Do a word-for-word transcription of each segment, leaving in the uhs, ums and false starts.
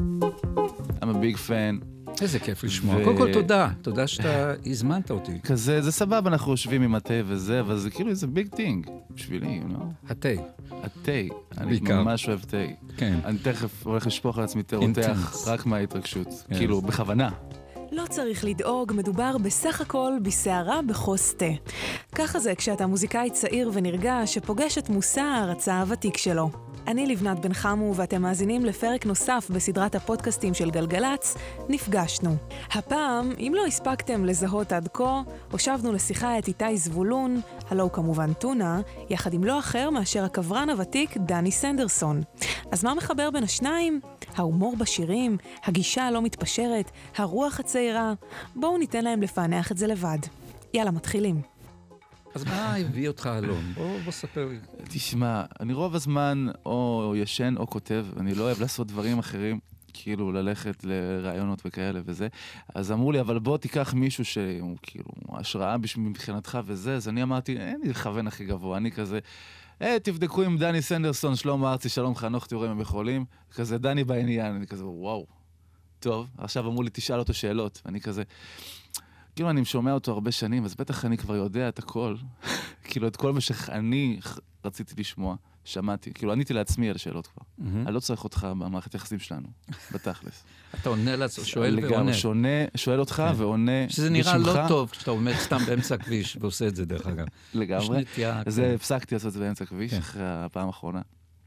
I'm a big fan. איזה כיף לשמוע. קודם כל תודה, תודה שאתה הזמנת אותי. כזה, זה סבבה, אנחנו יושבים עם התה וזה, אבל זה כאילו איזה ביג טינג בשבילי, you know? התה. התה. אני ממש אוהב תה. כן. אני תכף הולך לשפוך על עצמי תה רותח רק מההתרגשות. כאילו, בכוונה. לא צריך לדאוג, מדובר בסך הכל בסערה בחוס תה. ככה זה כשאתה מוזיקאי צעיר ונרגע שפוגש את מושא ההרצה הוותיק שלו. אני לבנת בן חמו ואתם מאזינים לפרק נוסף בסדרת הפודקאסטים של גלגלץ, נפגשנו. הפעם, אם לא הספקתם לזהות עד כה, הושבנו לשיחה את איתי זבולון, הלו כמובן טונה, יחד עם לא אחר מאשר הקברן הוותיק דני סנדרסון. אז מה מחבר בין השניים? ההומור בשירים, הגישה הלא מתפשרת, הרוח הצעירה. בואו ניתן להם לפענח את זה לבד. יאללה, מתחילים. אז מה הביא אותך אלון? בוא, בוא ספר לי. תשמע, אני רוב הזמן או ישן או כותב, אני לא אוהב לעשות דברים אחרים, כאילו ללכת לרעיונות וכאלה וזה. אז אמרו לי, אבל בוא תיקח מישהו שהוא כאילו השראה מבחינתך וזה, אז אני אמרתי, אין לי לכוון הכי גבוה, אני כזה, אה, תבדקו עם דני סנדרסון, שלום ארצי, שלום חנוך, תראו אם הם יכולים, כזה דני בעניין, אני כזה, וואו, טוב, עכשיו אמרו לי, תשאל אותו שאלות, ואני כזה, כאילו אני שומע אותו הרבה שנים, אז בטח אני כבר יודע את הכל, כאילו את כל מה שאני רציתי לשמוע, שמעתי, כאילו עניתי לעצמי על השאלות כבר. אני לא צריך אותך במערכת היחסים שלנו, בתכלס. אתה עונה לעצמך, שואל ועונה. שואל אותך ועונה שזה נראה לא טוב כשאתה עומד סתם באמצע הכביש, ועושה את זה דרך אגב. לגמרי. זה הפסקתי לעשות את זה באמצע הכביש, אחרי הפעם האחרונה.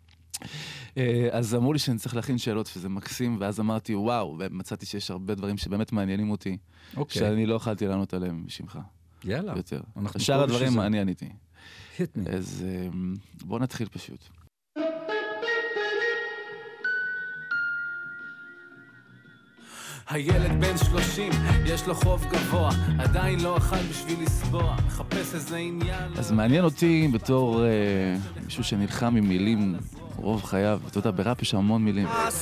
אז אמרו לי שאני צריך להכין שאלות, וזה מקסים, ואז אמרתי, וואו, ומצאתי שיש הרבה דברים שבאמת מעניינים אותי, שאני לא יכולתי לענות עליהם בשמך. יאללה. יותר. שאר הדברים אני עניתי. אז בוא נתחיל פשוט. הילד בן שלושים, יש לו חוב גבוה, עדיין לא אכל בשביל לסבוע, מחפש איזה עניין. אז מעניין אותי בתור מישהו שנלחם עם מילים רוב חייו, אתה יודע, בראפ יש המון מילים.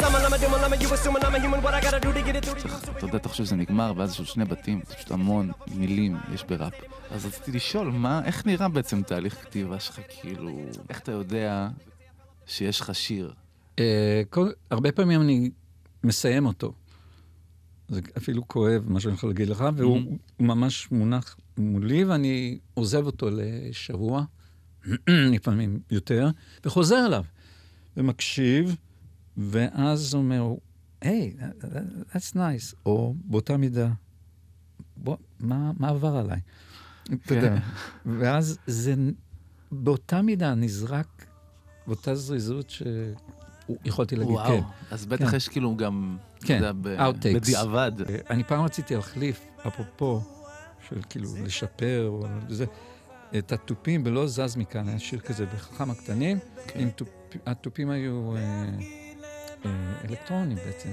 אתה יודע, אתה חושב שזה נגמר, ואז יש עוד שני בתים, זה פשוט המון מילים יש בראפ. אז רציתי לשאול, מה, איך נראה בעצם תהליך כתיבה שלך, כאילו, איך אתה יודע שיש לך שיר? הרבה פעמים אני מסיים אותו. זה אפילו כואב, מה שאני יכול להגיד לך, והוא ממש מונח מולי, ואני עוזב אותו לשבוע, לפעמים יותר, וחוזר אליו. ומקשיב, ואז אומר, היי, that's nice, או באותה מידה, בוא, מה, מה עבר עליי? אתה יודע, ואז זה באותה מידה נזרק, באותה זריזות שיכולתי להגיד כן. וואו, אז בטח יש כאילו גם, כן, בדיעבד. אני פעם רציתי להחליף, אפרופו, של כאילו לשפר, או זה, את הטופים בלא זז מכאן, היה שיר כזה בחכם הקטנים, עם טופ, הטופים היו אלקטרונים בעצם.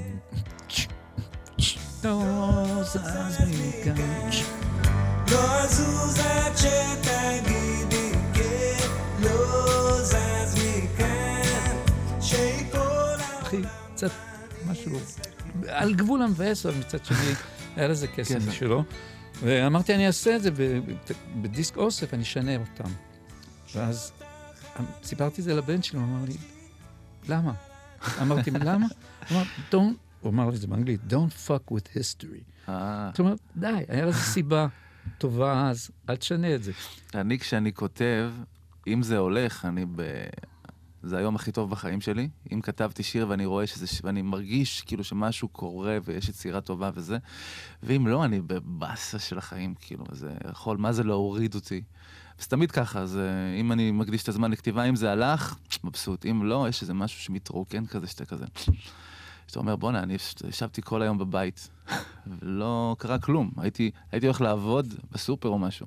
לא זז מכאן. לא זוז עד שתגידי כן, לא זז מכאן, שכל... אחי, קצת משהו, על גבול המבאס, אבל מצד שני, היה לזה קסם שלו. ואמרתי, אני אעשה את זה בדיסק אוסף, אני אשנה אותם. ואז סיפרתי את זה לבן שלו, הוא אמר לי, למה? אמרתי, למה? הוא אמר, don't, הוא אמר לי את זה באנגלית, don't fuck with history. זאת אומרת, די, היה לזה סיבה טובה אז, אל תשנה את זה. אני, כשאני כותב, אם זה הולך, אני ב... זה היום הכי טוב בחיים שלי. אם כתבתי שיר ואני רואה שזה, ואני מרגיש כאילו שמשהו קורה ויש יצירה טובה וזה, ואם לא, אני בבאסה של החיים, כאילו, זה יכול, מה זה להוריד אותי? אז תמיד ככה, אז אם אני מקדיש את הזמן לכתיבה, אם זה הלך, מבסוט. אם לא, יש איזה משהו שמתרוקן כזה, שאתה כזה. שאתה אומר, בונה, אני ישבתי כל היום בבית, ולא קרה כלום. הייתי, הייתי הולך לעבוד בסופר או משהו.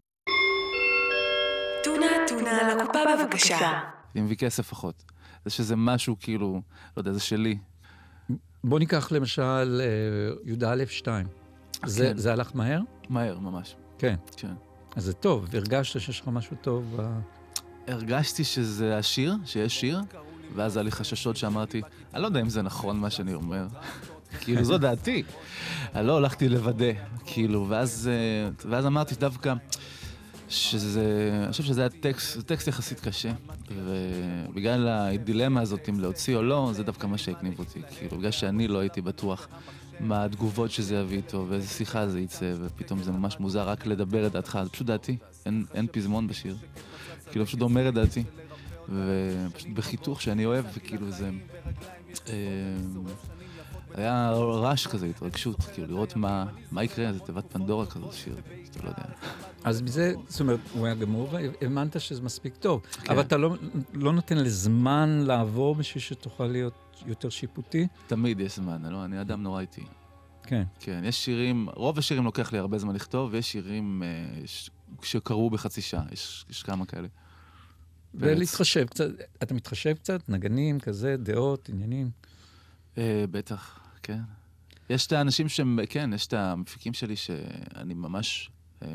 טונה, טונה, לקופה בבקשה. אני מביא כסף אחות. זה שזה משהו כאילו, לא יודע, זה שלי. בוא ניקח למשל יהודה א' שתיים. זה, זה הלך מהר? מהר, ממש. כן. כן. אז זה טוב, והרגשת שיש לך משהו טוב? הרגשתי שזה השיר, שיש שיר, ואז היה לי חששות שאמרתי, אני לא יודע אם זה נכון מה שאני אומר. כאילו, זו דעתי. אני לא הלכתי לוודא, כאילו, ואז, ואז אמרתי שדווקא, שזה, אני חושב שזה היה טקסט, זה טקסט יחסית קשה, ובגלל הדילמה הזאת אם להוציא או לא, זה דווקא מה שהקניב אותי, כאילו, בגלל שאני לא הייתי בטוח מה התגובות שזה יביא איתו, ואיזה שיחה זה יצא, ופתאום זה ממש מוזר רק לדבר את דעתך, זה פשוט דעתי, אין, אין פזמון בשיר, כאילו, פשוט אומר את דעתי, ופשוט בחיתוך שאני אוהב, וכאילו זה... אה, היה רעש כזה, התרגשות, כאילו לראות מה, מה יקרה, זה תיבת פנדורה כזאת שיר, שאתה לא יודע. אז מזה, זאת אומרת, הוא היה גמור, והאמנת שזה מספיק טוב. כן. אבל אתה לא, לא נותן לזמן לעבור בשביל שתוכל להיות יותר שיפוטי? תמיד יש זמן, לא? אני אדם נורא איטי. כן. כן, יש שירים, רוב השירים לוקח לי הרבה זמן לכתוב, ויש שירים אה, ש... שקרו בחצי שעה, יש, יש כמה כאלה. ולהתחשב קצת, אתה מתחשב קצת, נגנים, כזה, דעות, עניינים? אה, בטח, כן. יש את האנשים שהם, כן, יש את המפיקים שלי שאני ממש, אה,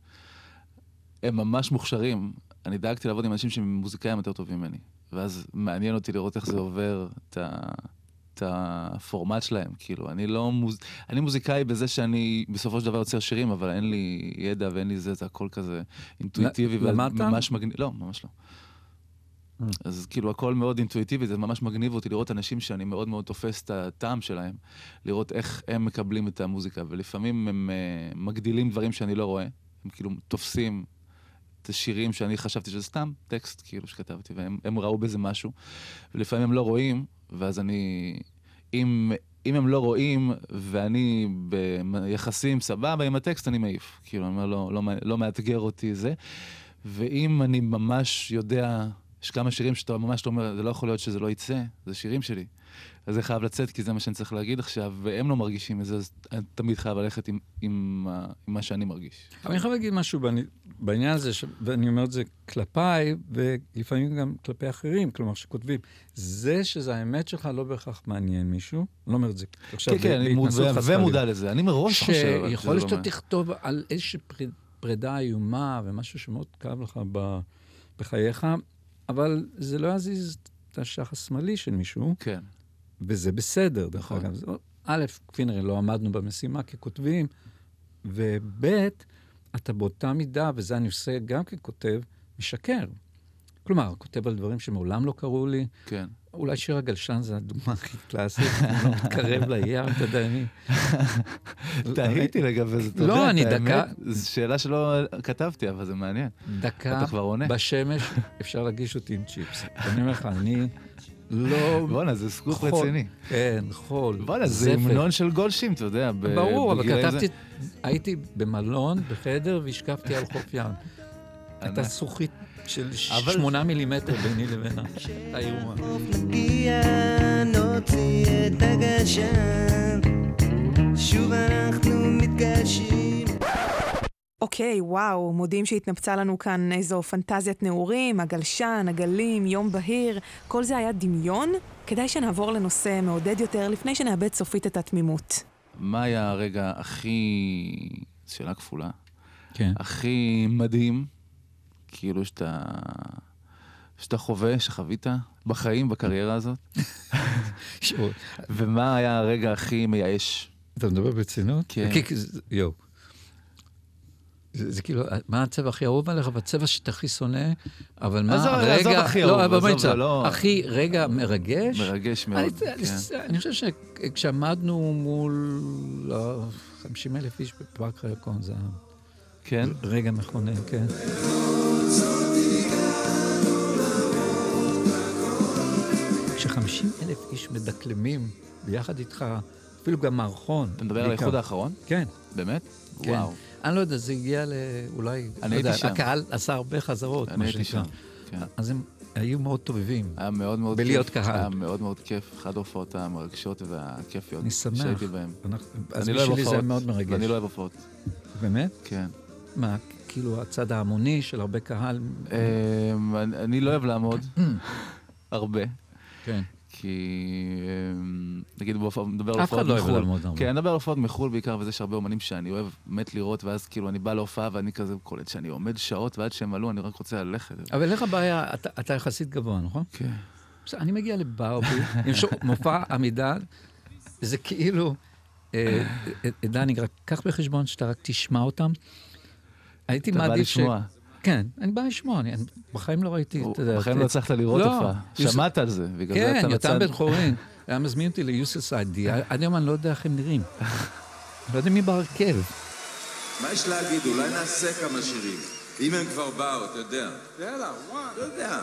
הם ממש מוכשרים. אני דאגתי לעבוד עם אנשים שהם מוזיקאים יותר טובים ממני. ואז מעניין אותי לראות איך זה עובר את ה... את הפורמט שלהם, כאילו, אני לא מוז... אני מוזיקאי בזה שאני בסופו של דבר יוצר שירים, אבל אין לי ידע ואין לי זה, זה הכל כזה אינטואיטיבי. למדת? ממש מגניב, לא, ממש לא. אז כאילו, הכל מאוד אינטואיטיבי, זה ממש מגניב אותי לראות אנשים שאני מאוד מאוד תופס את הטעם שלהם, לראות איך הם מקבלים את המוזיקה, ולפעמים הם uh, מגדילים דברים שאני לא רואה, הם כאילו תופסים את השירים שאני חשבתי שזה סתם טקסט, כאילו, שכתבתי, והם הם ראו בזה משהו, ולפעמים הם לא רואים, ואז אני, אם, אם הם לא רואים, ואני ביחסים סבבה עם הטקסט, אני מעיף. כאילו, אני אומר, לא, לא, לא מאתגר אותי זה. ואם אני ממש יודע, יש כמה שירים שאתה ממש אומר, זה לא יכול להיות שזה לא יצא, זה שירים שלי. אז זה חייב לצאת, כי זה מה שאני צריך להגיד עכשיו, והם לא מרגישים את זה, אז אני תמיד חייב ללכת עם, עם, עם מה שאני מרגיש. אבל אני חייב להגיד משהו בעניין הזה, ואני אומר את זה כלפיי, ולפעמים גם כלפי אחרים, כלומר שכותבים. זה שזה האמת שלך לא בהכרח מעניין מישהו, אני לא אומר את זה עכשיו. כן, כן, אני ומודע לזה. אני מראש חושב. שיכול להיות שאתה תכתוב על איזושהי פרידה איומה, ומשהו שמאוד כאב לך בחייך, אבל זה לא יזיז את השח השמאלי של מישהו. כן. וזה בסדר, דרך אגב. א', כפי נראה, לא עמדנו במשימה ככותבים, וב', אתה באותה מידה, וזה אני עושה גם ככותב, משקר. כלומר, כותב על דברים שמעולם לא קראו לי. כן. אולי שיר הגלשן זה הדוגמה הכי קלאסית, הוא לא מתקרב לים, אתה יודע, אני... תהיתי לגבי זה, אתה יודע, לא, אני דקה... זו שאלה שלא כתבתי, אבל זה מעניין. דקה בשמש אפשר להגיש אותי עם צ'יפס. אני אומר לך, אני... לא... בוא'נה, זה סקופ רציני. כן, חול. בוא'נה, זה המנון של גולדשים, אתה יודע. ברור, אבל כתבתי, הייתי במלון, בחדר, והשקפתי על חוף ים. הייתה זכוכית של שמונה מילימטר ביני לבינה. האירוע. נגיע, נוציא את הגשם, שוב אנחנו מתגשים. אוקיי, וואו, מודים שהתנפצה לנו כאן איזו פנטזיית נעורים, הגלשן, הגלים, יום בהיר, כל זה היה דמיון? כדאי שנעבור לנושא מעודד יותר לפני שנאבד סופית את התמימות. מה היה הרגע הכי, שאלה כפולה, כן. הכי מדהים, כאילו שאתה, שאתה חווה, שחווית בחיים, בקריירה הזאת? ומה היה הרגע הכי מייאש? אתה מדבר ברצינות? כן. יו. זה, זה כאילו, מה הצבע הכי אהוב עליך? והצבע שאתה הכי שונא, אבל מה הרגע... עזוב הכי אהוב, לא, עזוב, לא... הכי רגע מרגש? מרגש מאוד, אני, כן. אני, אני חושב שכשעמדנו מול חמישים אלף איש בפארק הירקון, זה כן? רגע מכונן, כן. כשחמישים אלף איש מדקלמים ביחד איתך, אפילו גם מערכון. אתה מדבר על האיחוד האחרון? כן. באמת? כן. וואו. אני לא יודע, זה הגיע לאולי... אני הייתי שם. הקהל עשה הרבה חזרות. אני הייתי שם, כן. אז הם היו מאוד טובים. היה מאוד מאוד כיף. בלהיות קהל. היה מאוד מאוד כיף. אחת ההופעות המרגשות והכיפיות. אני שמח. שהייתי בהם. אז בשבילי זה מאוד מרגש. ואני לא אוהב הופעות. באמת? כן. מה, כאילו הצד ההמוני של הרבה קהל? אני לא אוהב לעמוד. הרבה. כן. כי, נגיד, מדבר על הופעות מחול. אף אחד לא אוהב לעמוד הרבה. כן, אני מדבר על הופעות מחול בעיקר, וזה שהרבה אומנים שאני אוהב מת לראות, ואז כאילו אני בא להופעה ואני כזה קולט שאני עומד שעות, ועד שהם עלו, אני רק רוצה ללכת. אבל לך בעיה, אתה, אתה יחסית גבוה, נכון? כן. אני מגיע לברבי, עם מופע עמידה, זה כאילו, דני, רק קח בחשבון שאתה רק תשמע אותם. הייתי מעדיף ש... כן, אני בא לשמוע, אני בחיים לא ראיתי... בחיים לא הצלחת לראות הופעה. שמעת על זה, בגלל זה אתה כן, מצד... יותם בן חורין. היה מזמין אותי ליוססיידי, עד היום אני לא יודע איך הם נראים. לא יודע מי בהרכב. מה יש להגיד? אולי נעשה כמה שירים. אם הם כבר באו, אתה יודע. יאללה, וואו. לא יודע.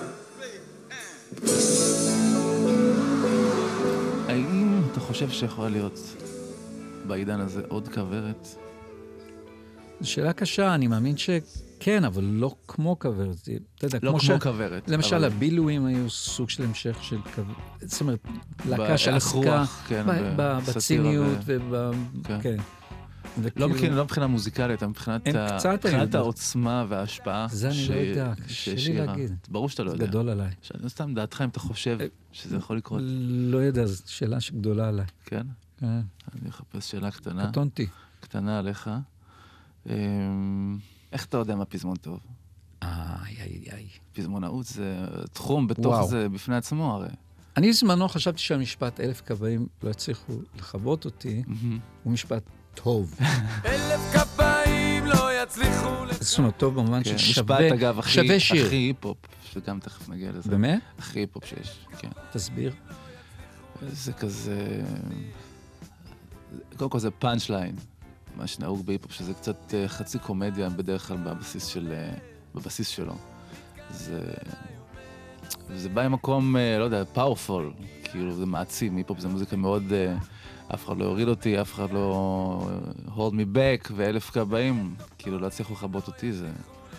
האם אתה חושב שיכולה להיות בעידן הזה עוד כוורת? זו שאלה קשה, אני מאמין שכן, אבל לא כמו כוורת. אתה יודע, לא כמו כמו כוורת. למשל, אבל- הבילויים היו סוג של המשך של כוורת. זאת אומרת, להקה בהלך שעסקה רוח, כן, ב- ב- ב- סאטירה בציניות ו- וב... כן. כן. לא וכאילו- מבחינה, לא מבחינה מוזיקלית, אלא מבחינת הם ה- קצת מבחינת היו- העוצמה וההשפעה. זה אני ש- לא יודע, קשה לי שהשאירה. להגיד. ברור שאתה לא זה יודע. גדול עליי. שאני סתם דעתך אם אתה חושב שזה יכול לקרות. לא יודע, זו שאלה שגדולה עליי. כן? כן, אני אחפש שאלה קטנה. קטונתי. קטנה עליך. אמ, איך אתה יודע מה פזמון טוב? איי, איי, איי. פזמונאות זה תחום בתוך וואו. זה בפני עצמו הרי. אני בזמנו חשבתי שהמשפט אלף כבאים לא הצליחו לכבות אותי, הוא משפט טוב. אלף כפיים לא יצליחו... זאת אומרת, טוב במובן כן, ששווה משפט אגב הכי שווה שיר. הכי היפ-הופ, שגם תכף נגיע לזה. באמת? הכי היפ-הופ שיש, כן. תסביר. זה כזה... קודם כל זה פאנץ' ליין, מה שנהוג בהיפ-הופ, שזה קצת אה, חצי קומדיה בדרך כלל בבסיס, של, אה, בבסיס שלו. זה... זה בא ממקום, אה, לא יודע, פאורפול, כאילו זה מעצים, היפ-הופ זה מוזיקה מאוד... אה, אף אחד לא יוריד אותי, אף אחד לא hold me back, ואלף כבאים, כאילו לא הצליחו לכבות אותי, זה...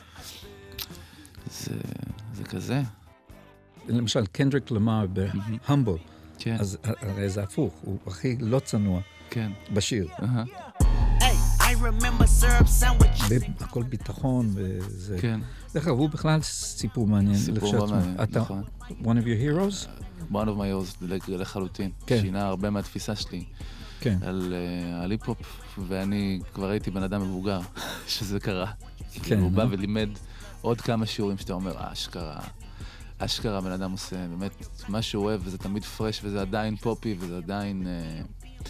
זה... זה כזה. למשל, קנדריק למר בהמבול, כן, אז הרי זה הפוך, הוא הכי לא צנוע כן. בשיר. אהה, Hey, I remember syrup sandwiches. הכל ביטחון וזה... כן. דרך אגב, הוא בכלל סיפור מעניין. סיפור לכשעצמו. מעניין, אתה, נכון. one of your heroes? one of my heroes לחלוטין. כן. שינה הרבה מהתפיסה שלי כן. על אה, על היפ-הופ, ואני כבר הייתי בן אדם מבוגר שזה קרה. כן, הוא בא אה? ולימד עוד כמה שיעורים שאתה אומר, אשכרה, אשכרה בן אדם עושה באמת מה שהוא אוהב, וזה תמיד פרש, וזה עדיין פופי, וזה עדיין אה,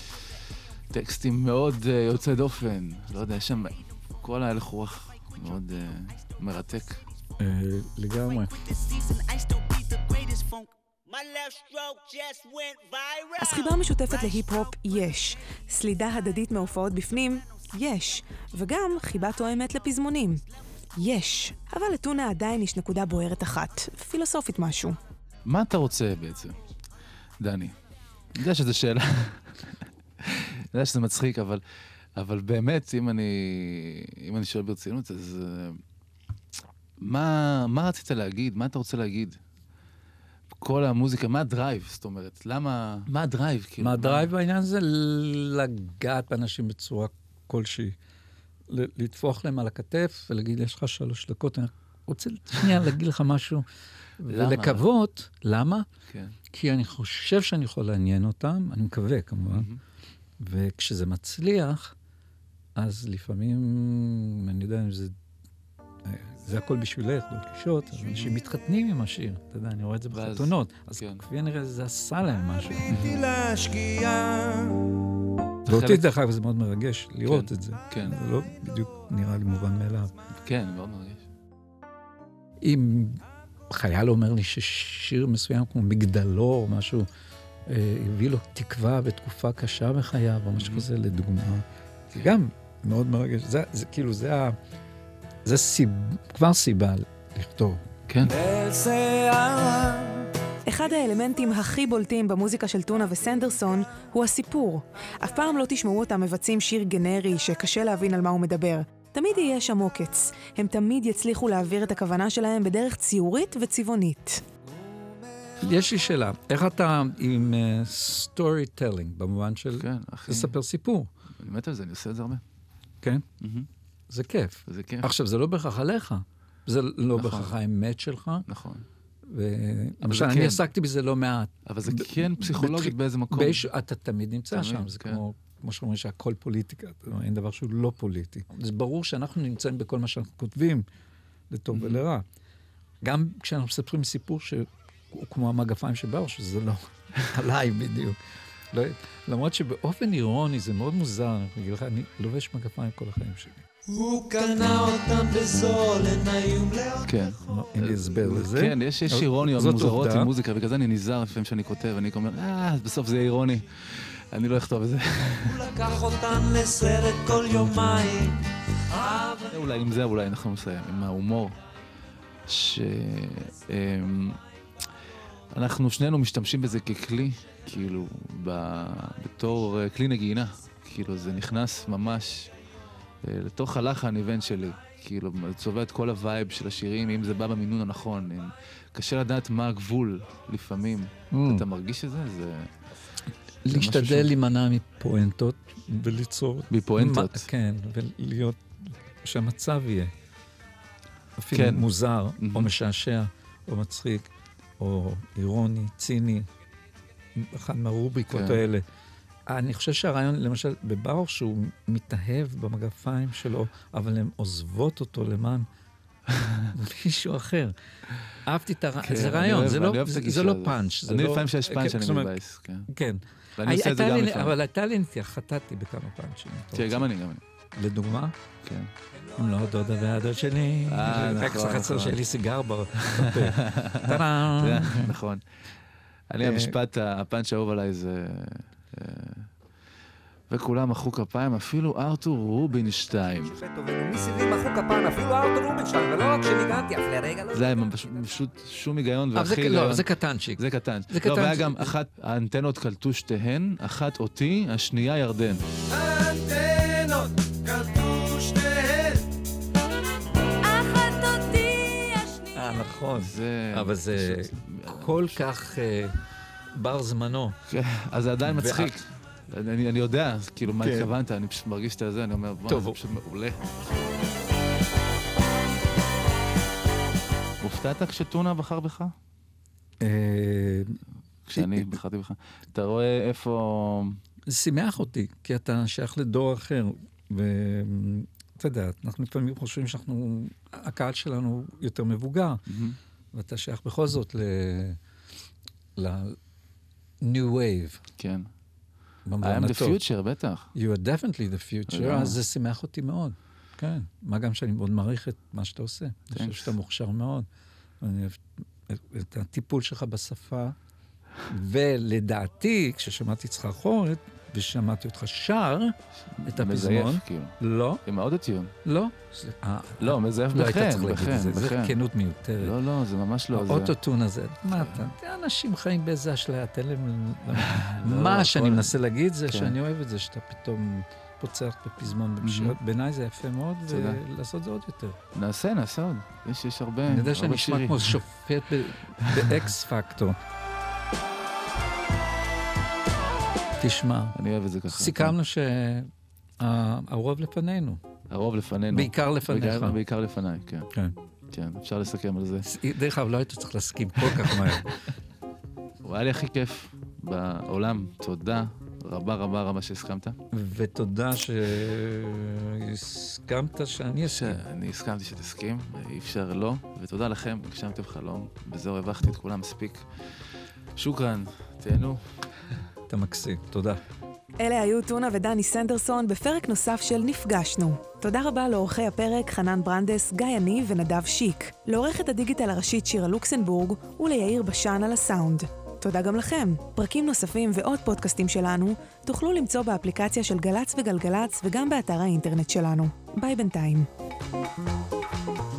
טקסטים מאוד אה, יוצא דופן. לא יודע, יש שם כל ההלך רוח מאוד אה, מרתק. אה, לגמרי. The season, I still beat the greatest funk. My left stroke just went viral. אז חיבה משותפת להיפ-הופ יש. סלידה הדדית מהופעות בפנים יש. וגם חיבה תואמת לפזמונים. יש. אבל לטונה עדיין יש נקודה בוערת אחת. פילוסופית משהו. מה אתה רוצה בעצם, דני? אני יודע שזו שאלה, אני יודע שזה מצחיק, אבל, אבל באמת, אם אני, אם אני שואל ברצינות, אז uh, מה, מה רצית להגיד? מה אתה רוצה להגיד? כל המוזיקה, מה הדרייב? זאת אומרת, למה, מה הדרייב? כאילו, מה הדרייב בעניין הזה? לגעת באנשים בצורה כלשהי. ל- לטפוח להם על הכתף ולהגיד, יש לך שלוש דקות, אני רוצה שנייה להגיד לך משהו. למה? ולקוות, למה? כן. כי אני חושב שאני יכול לעניין אותם, אני מקווה כמובן, וכשזה מצליח, אז לפעמים, אני יודע אם זה, זה הכל בשבילך, לא קלישות, אז אנשים מתחתנים עם השיר, אתה יודע, אני רואה את זה ואז- בחתונות, אז כן. כפי הנראה זה עשה להם משהו. להשקיע. ואותי חלק- דרך אגב זה מאוד מרגש לראות כן, את זה. כן. זה לא בדיוק נראה לי מובן מאליו. כן, מאוד מרגש. אם חייל אומר לי ששיר מסוים כמו מגדלור, או משהו, אה, הביא לו תקווה בתקופה קשה בחייו, או משהו כזה לדוגמה, זה גם מאוד מרגש. זה, זה כאילו, זה, ה, זה סיב, כבר סיבה לכתוב. כן. אל שיער. אחד האלמנטים הכי בולטים במוזיקה של טונה וסנדרסון הוא הסיפור. אף פעם לא תשמעו אותם מבצעים שיר גנרי שקשה להבין על מה הוא מדבר. תמיד יהיה שם עוקץ. הם תמיד יצליחו להעביר את הכוונה שלהם בדרך ציורית וצבעונית. יש לי שאלה, איך אתה עם סטורי uh, טלינג, במובן של כן, אחי. לספר סיפור, אני מת על זה, אני עושה את זה הרבה. כן? מהמם. זה כיף. וזה כיף. עכשיו, זה לא בהכרח עליך. זה לא נכון. בהכרח האמת שלך. נכון. למשל, זה אני כן. עסקתי בזה לא מעט. אבל זה ב- כן פסיכולוגית בתח- באיזה מקום. באיש, אתה תמיד נמצא תמיד, שם, זה כן. כמו, כמו שאומרים שהכל פוליטיקה, אתה יודע, אין דבר שהוא לא פוליטי. זה ברור שאנחנו נמצאים בכל מה שאנחנו כותבים, לטוב ולרע. גם כשאנחנו מספרים סיפור שהוא כמו המגפיים שבאו, שזה לא עליי בדיוק. לא, למרות שבאופן אירוני זה מאוד מוזר, אני אגיד לך, אני לובש מגפיים כל החיים שלי. הוא קנה אותם בזול, הן היו מלאות. כן. אין לי הסבר לזה. כן, יש יש אירוניות זאת מוזרות עובדה. עם מוזיקה, בגלל זה אני נזהר לפעמים שאני כותב, אני אומר, אה, בסוף זה אירוני. אני לא אכתוב את זה. הוא לקח אותם לסרט כל יומיים. אולי עם זה, אולי אנחנו נסיים, עם ההומור. שאנחנו שנינו משתמשים בזה ככלי, כאילו, בתור כלי נגינה. כאילו, זה נכנס ממש לתוך הלחן איבנט שלי. כאילו, זה צובע את כל הווייב של השירים, אם זה בא במינון הנכון. קשה לדעת מה הגבול לפעמים. אתה מרגיש את זה? זה... להשתדל להימנע מפואנטות וליצור... מפואנטות? כן, ולהיות... שהמצב יהיה. אפילו כן. מוזר, mm-hmm. או משעשע, או מצחיק, או אירוני, ציני, אחד מהרובריקות כן. האלה. אני חושב שהרעיון, למשל, בברוך שהוא מתאהב במגפיים שלו, אבל הן עוזבות אותו למען מישהו אחר. אהבתי את הרעיון, זה רעיון, זה לא פאנץ'. אני לפעמים שיש פאנץ' אני מבייס, כן. כן. ואני עושה את זה גם לפעמים. אבל הייתה לי נטייה, חטאתי בכמה פאנצ'ים. כן, גם אני, גם אני. לדוגמה? כן. אם לא דודה והדוד שלי, רק חצר שלי סיגר בפה. טאדאם. נכון. אני המשפט, הפאנץ' האהוב עליי זה... וכולם מחאו כפיים, אפילו ארתור רובינשטיין. מסביבי מחאו כפיים, אפילו ארתור רובינשטיין, ולא רק שניגנתי אף לרגע. זה היה פשוט שום היגיון והכי היגיון. לא, זה קטנצ'יק. זה קטן. לא, והיה גם אחת, האנטנות קלטו שתיהן, אחת אותי, השנייה ירדן. האנטנות קלטו שתיהן. אחת אותי, השנייה. אה, נכון. אבל זה כל כך בר זמנו. אז זה עדיין מצחיק. אני, אני יודע, כאילו, מה התכוונת, אני פשוט מרגיש את זה, אני אומר, בוא, זה פשוט מעולה. הופתעת כשטונה בחר בך? כשאני בחרתי בך. אתה רואה איפה... זה שימח אותי, כי אתה שייך לדור אחר, ואתה יודע, אנחנו לפעמים חושבים שאנחנו, הקהל שלנו יותר מבוגר, ואתה שייך בכל זאת ל-new wave. כן. I am the future, בטח. You are definitely the future, אז זה שימח אותי מאוד. כן. מה גם שאני מאוד מעריך את מה שאתה עושה. אני חושב שאתה מוכשר מאוד. אני אוהב את הטיפול שלך בשפה, ולדעתי, כששמעתי צחרחורת, ושמעתי אותך שר את הפזמון. מזייף, כאילו. לא. עם האודיטיון. לא. לא, מזייף לא בכן, היית צריך להגיד בכן, את זה. זה בכן. כנות מיותרת. לא, לא, זה ממש לא. האוטוטון הזה. מה אתה? אנשים חיים באיזה אשליה, תן להם... מה שאני מנסה להגיד זה שאני אוהב את זה, שאתה פתאום פוצח בפזמון בשירות. בעיניי זה יפה מאוד, ולעשות זה עוד יותר. נעשה, נעשה עוד. יש הרבה שירים. אני יודע שאני נשמע כמו שופט באקס פקטור. תשמע. אני אוהב את זה ככה. סיכמנו שהרוב לפנינו. הרוב לפנינו. בעיקר לפניך. בעיקר לפניי, כן. כן. כן, אפשר לסכם על זה. דרך אגב, לא היית צריך להסכים כל כך מהר. הוא היה לי הכי כיף בעולם. תודה רבה רבה רבה שהסכמת. ותודה שהסכמת שאני אסכים. אני הסכמתי שתסכים, אי אפשר לא. ותודה לכם, הגשמתם חלום. בזהו הבכתי את כולם מספיק. שוקרן, תהנו. אתה מקסים, תודה. אלה היו טונה ודני סנדרסון בפרק נוסף של נפגשנו. תודה רבה לעורכי הפרק חנן ברנדס, גיא יניב ונדב שיק, לעורכת הדיגיטל הראשית שירה לוקסנבורג וליאיר בשן על הסאונד. תודה גם לכם. פרקים נוספים ועוד פודקאסטים שלנו תוכלו למצוא באפליקציה של גלץ וגלגלץ וגם באתר האינטרנט שלנו. ביי בינתיים.